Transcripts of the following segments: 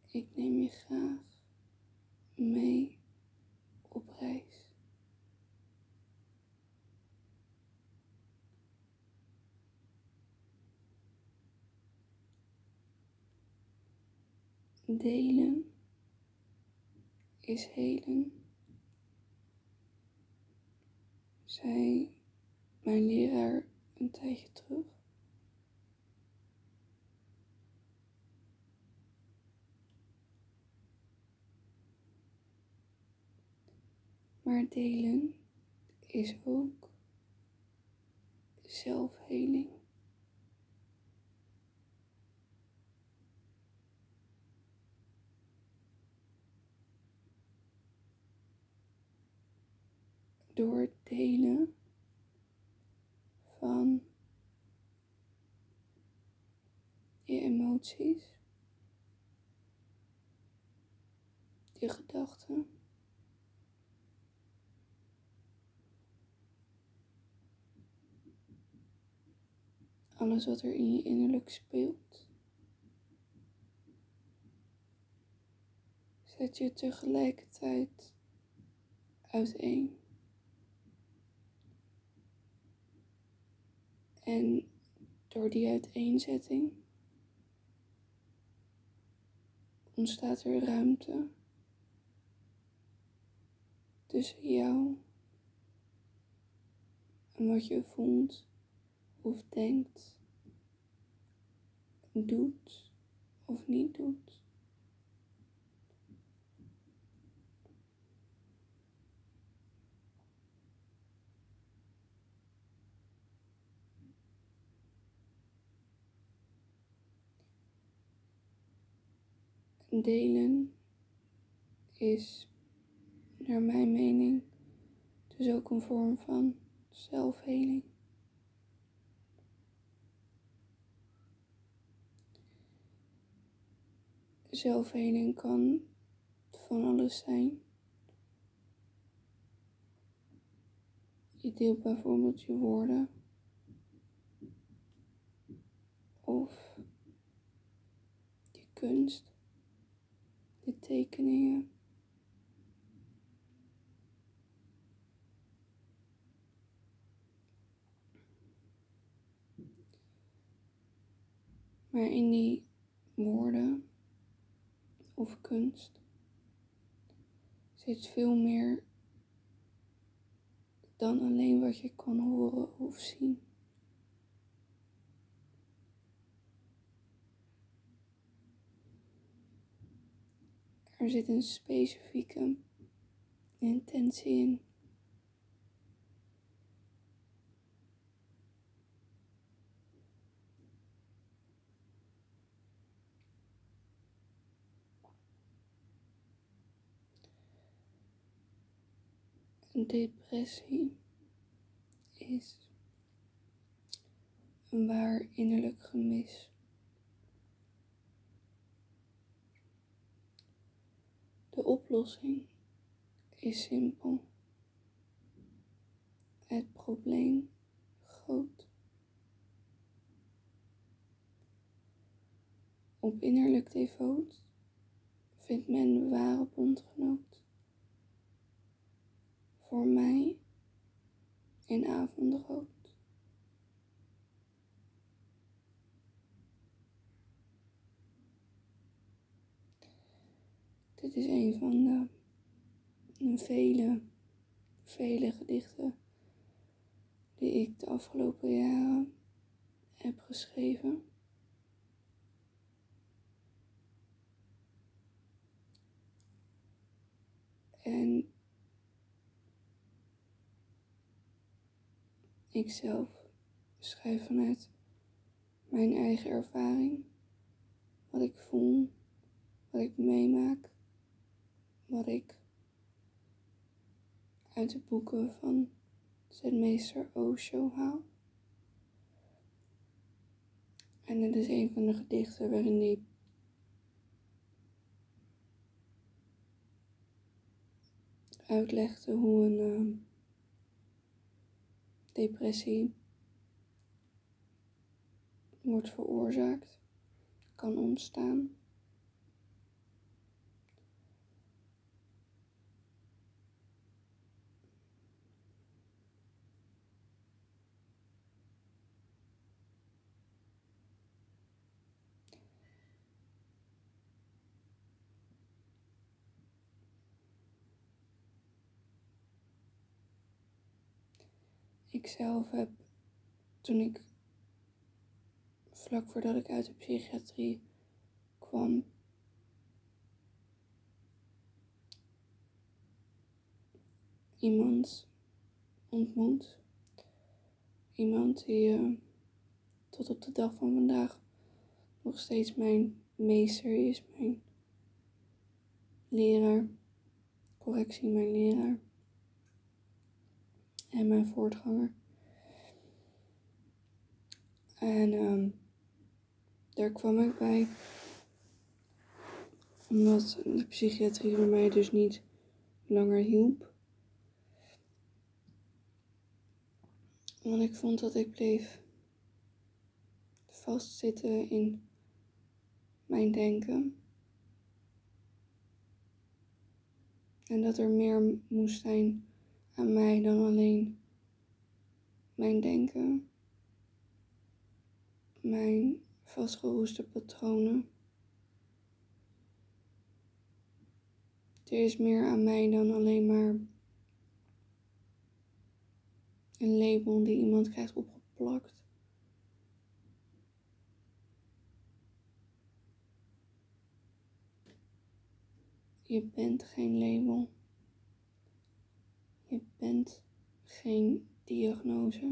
Ik neem je graag mee op reis. Delen is helen, zei mijn leraar een tijdje terug. Maar delen is ook zelfheling. Door het delen van je emoties, je gedachten, alles wat er in je innerlijk speelt, zet je tegelijkertijd uiteen. En door die uiteenzetting ontstaat er ruimte tussen jou en wat je voelt of denkt, doet of niet doet. Delen is, naar mijn mening, dus ook een vorm van zelfheling. Zelfheling kan van alles zijn. Je deelt bijvoorbeeld je woorden of je kunst, je tekeningen. Maar in die woorden of kunst zit veel meer dan alleen wat je kan horen of zien. Er zit een specifieke intentie in. Een depressie is een waar innerlijk gemis. De oplossing is simpel. Het probleem groot. Op innerlijk devoot vindt men de ware bondgenoot. Voor mij in avondrood. Dit is een van de vele gedichten die ik de afgelopen jaren heb geschreven. En ik zelf schrijf vanuit mijn eigen ervaring, wat ik voel, wat ik meemaak, wat ik uit de boeken van Zenmeester Osho haal. En dit is een van de gedichten waarin hij uitlegde hoe een depressie wordt veroorzaakt, kan ontstaan. Ik zelf heb, toen ik vlak voordat ik uit de psychiatrie kwam, iemand ontmoet. Iemand die tot op de dag van vandaag nog steeds mijn meester is, mijn leraar, correctie, mijn leraar en mijn voortganger. En daar kwam ik bij, omdat de psychiatrie voor mij dus niet langer hielp. Want ik vond dat ik bleef vastzitten in mijn denken. En dat er meer moest zijn aan mij dan alleen mijn denken. Mijn vastgeroeste patronen. Er is meer aan mij dan alleen maar een label die iemand krijgt opgeplakt. Je bent geen label. Je bent geen diagnose.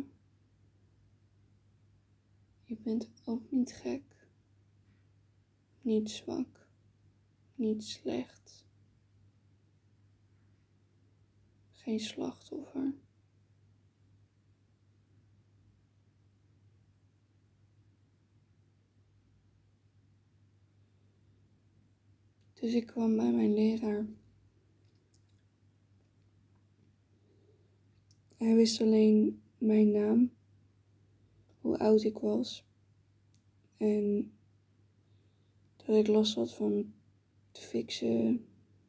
Je bent ook niet gek, niet zwak, niet slecht. Geen slachtoffer. Dus ik kwam bij mijn leraar. Hij wist alleen mijn naam, hoe oud ik was en dat ik last had van fikse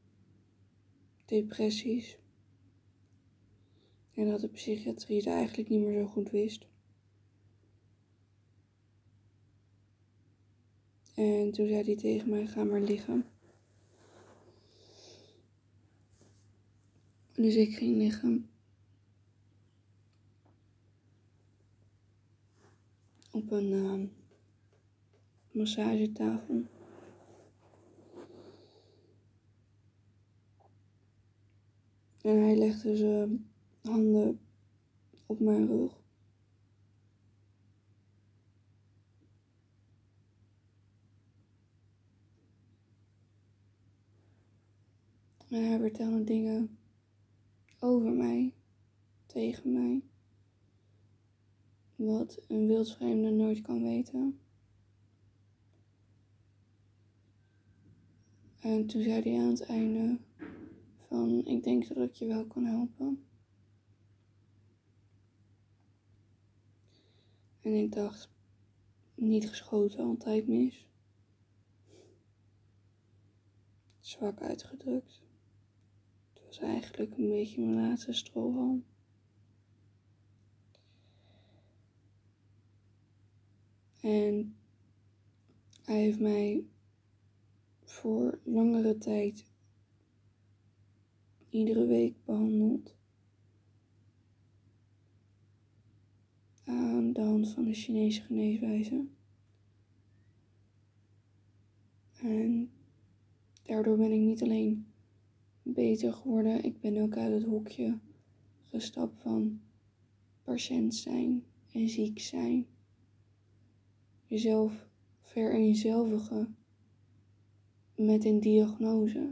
depressies. En dat de psychiatrie het eigenlijk niet meer zo goed wist. En toen zei hij tegen mij, ga maar liggen. Dus ik ging liggen. Op een massagetafel. En hij legde zijn handen op mijn rug. En hij vertelde dingen over mij, tegen mij. Wat een wildvreemde nooit kan weten. En toen zei hij aan het einde van, ik denk dat ik je wel kan helpen. En ik dacht, niet geschoten, altijd mis. Zwak uitgedrukt. Het was eigenlijk een beetje mijn laatste strohalm. En hij heeft mij voor langere tijd iedere week behandeld. Aan de hand van de Chinese geneeswijze. En daardoor ben ik niet alleen beter geworden, ik ben ook uit het hokje gestapt van patiënt zijn en ziek zijn. Jezelf vereenzelvigen met een diagnose.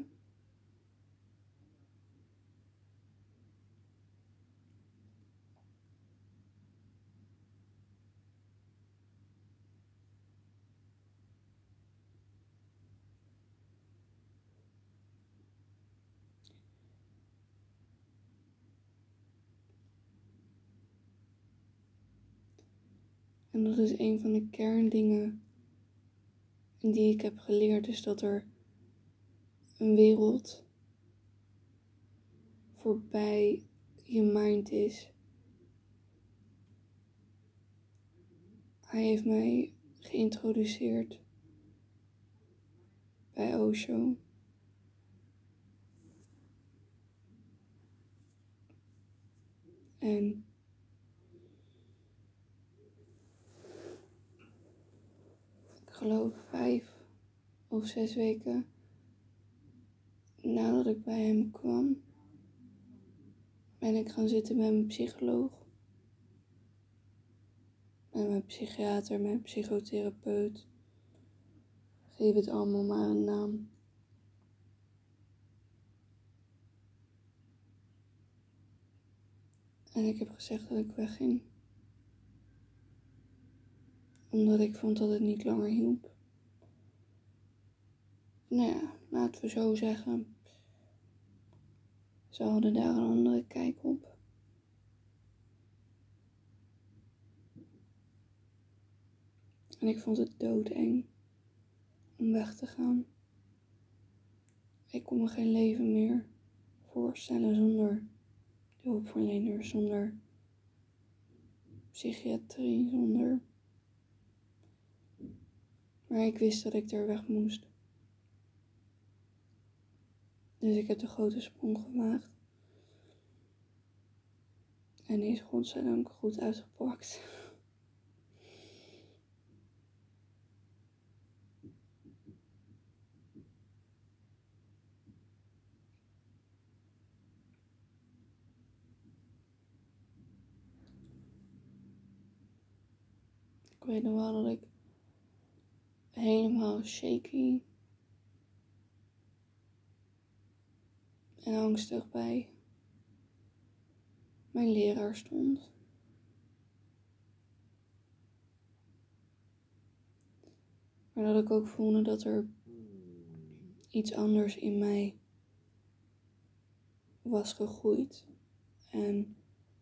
En dat is een van de kerndingen die ik heb geleerd, is dat er een wereld voorbij je mind is. Hij heeft mij geïntroduceerd bij Osho. En geloof 5 of 6 weken nadat ik bij hem kwam, ben ik gaan zitten met mijn psycholoog. En mijn psychiater, mijn psychotherapeut. Geef het allemaal maar een naam. En ik heb gezegd dat ik wegging. Omdat ik vond dat het niet langer hielp. Nou ja, laten we zo zeggen. Ze hadden daar een andere kijk op. En ik vond het doodeng om weg te gaan. Ik kon me geen leven meer voorstellen zonder de hulpverlener, zonder psychiatrie, zonder... Maar ik wist dat ik er weg moest. Dus ik heb de grote sprong gemaakt. En die is godzijdank goed uitgepakt. Ik weet nog wel dat ik helemaal shaky en angstig bij mijn leraar stond. Maar dat ik ook voelde dat er iets anders in mij was gegroeid. En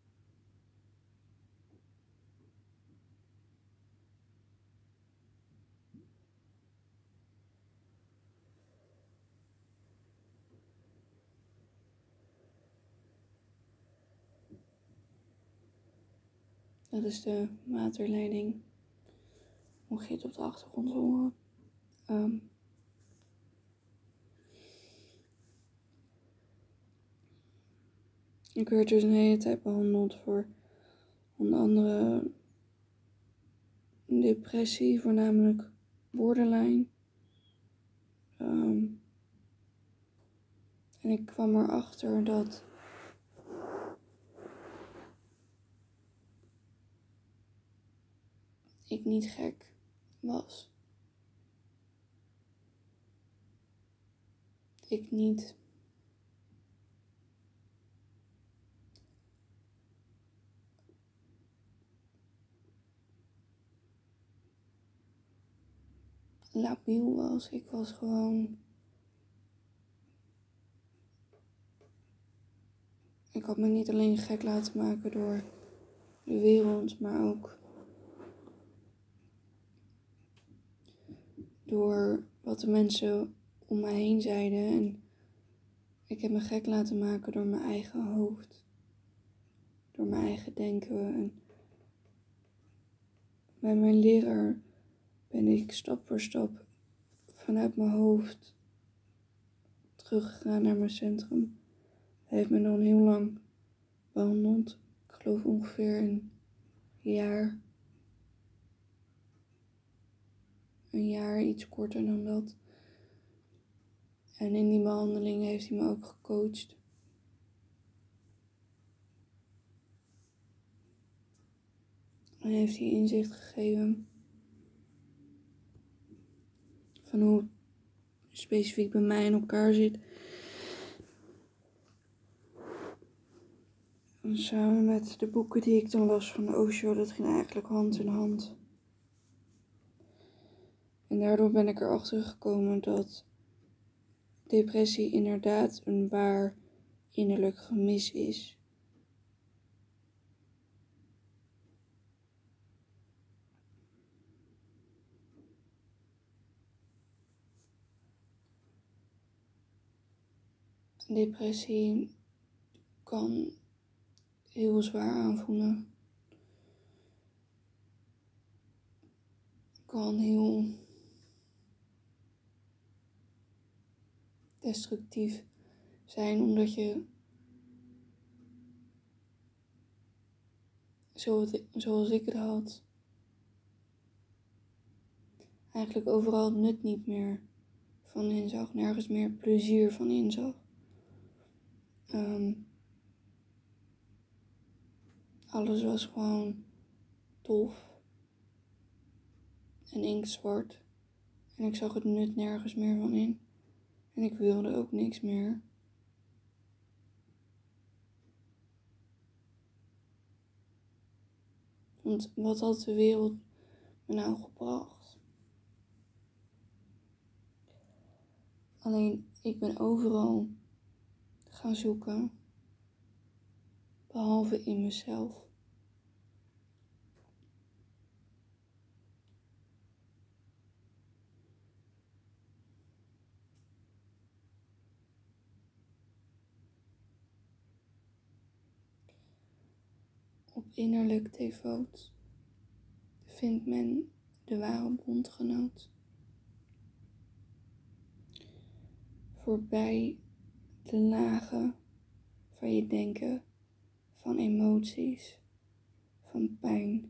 dat is de waterleiding. Mocht je het op de achtergrond horen. Ik werd dus een hele tijd behandeld voor onder andere depressie, voornamelijk borderline. En ik kwam erachter dat ik niet gek was. Ik niet labiel was. Ik was gewoon... Ik had me niet alleen gek laten maken door de wereld, maar ook door wat de mensen om mij heen zeiden. En ik heb me gek laten maken door mijn eigen hoofd. Door mijn eigen denken. En bij mijn leraar ben ik stap voor stap vanuit mijn hoofd teruggegaan naar mijn centrum. Hij heeft me dan heel lang behandeld. Ik geloof ongeveer een jaar. Een jaar, iets korter dan dat. En in die behandeling heeft hij me ook gecoacht. En heeft hij inzicht gegeven van hoe het specifiek bij mij in elkaar zit. En samen met de boeken die ik dan las van Osho, dat ging eigenlijk hand in hand. En daardoor ben ik erachter gekomen dat depressie inderdaad een waar innerlijk gemis is. Depressie kan heel zwaar aanvoelen. Kan heel destructief zijn, omdat je, zoals ik het had, eigenlijk overal het nut niet meer van inzag. Nergens meer plezier van inzag. Alles was gewoon dof en inktzwart. En ik zag het nut nergens meer van in. En ik wilde ook niks meer. Want wat had de wereld me nou gebracht? Alleen, ik ben overal gaan zoeken, behalve in mezelf. Op innerlijk devoot vindt men de ware bondgenoot. Voorbij de lagen van je denken, van emoties, van pijn,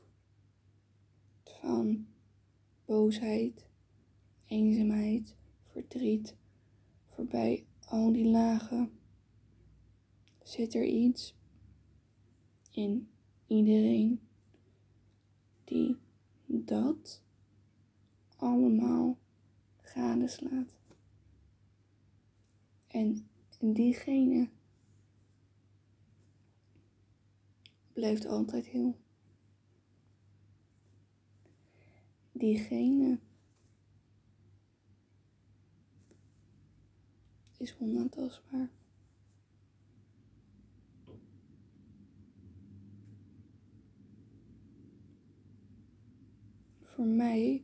van boosheid, eenzaamheid, verdriet. Voorbij al die lagen zit er iets in iedereen die dat allemaal gadeslaat. En diegene blijft altijd heel. Diegene is onaantastbaar. Voor mij,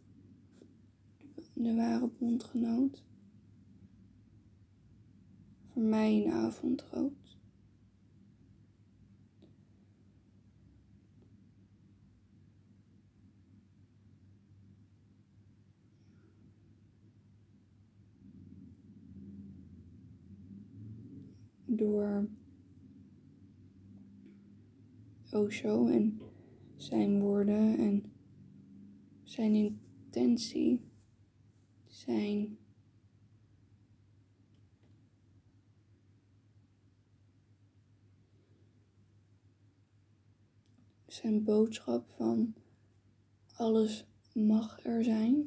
de ware bondgenoot. Voor mij een avondrood. Door Osho en zijn woorden en zijn intentie, zijn boodschap van alles mag er zijn,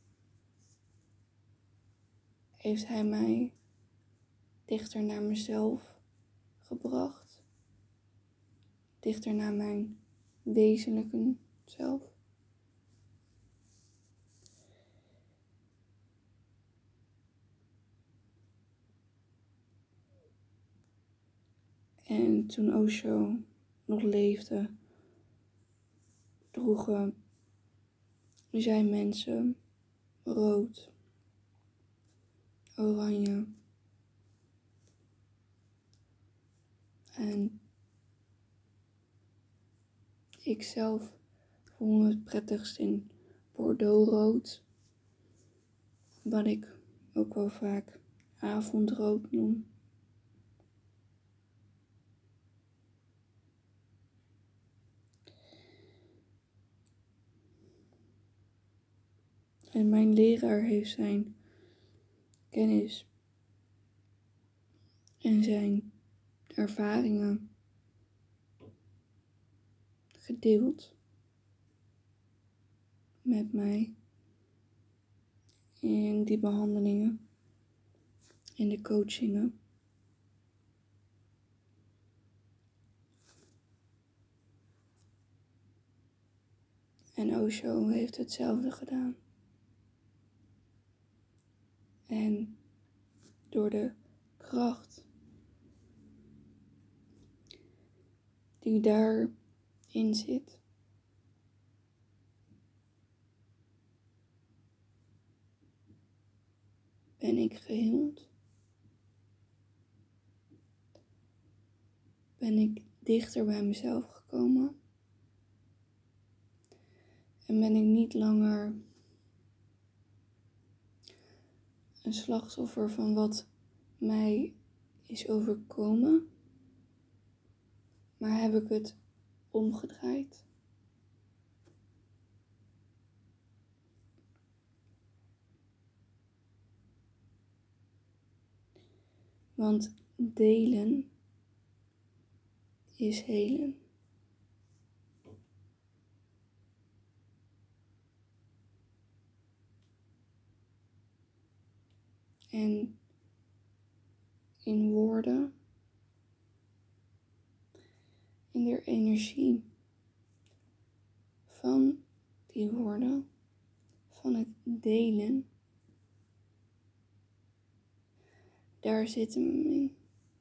heeft hij mij dichter naar mezelf gebracht. Dichter naar mijn wezenlijke zelf. En toen Osho nog leefde, droegen zijn mensen rood, oranje en ik zelf voel me het prettigst in bordeauxrood, wat ik ook wel vaak avondrood noem. En mijn leraar heeft zijn kennis en zijn ervaringen gedeeld met mij in die behandelingen, in de coachingen. En Osho heeft hetzelfde gedaan. En door de kracht die daarin zit, ben ik geheeld. Ben ik dichter bij mezelf gekomen. En ben ik niet langer een slachtoffer van wat mij is overkomen. Maar heb ik het omgedraaid. Want delen is helen. En in woorden, in de energie van die woorden, van het delen, daar zit hem in.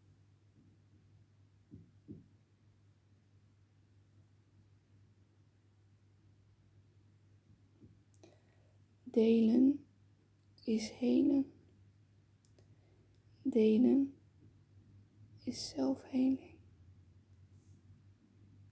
Delen is helen. Delen is zelfheling.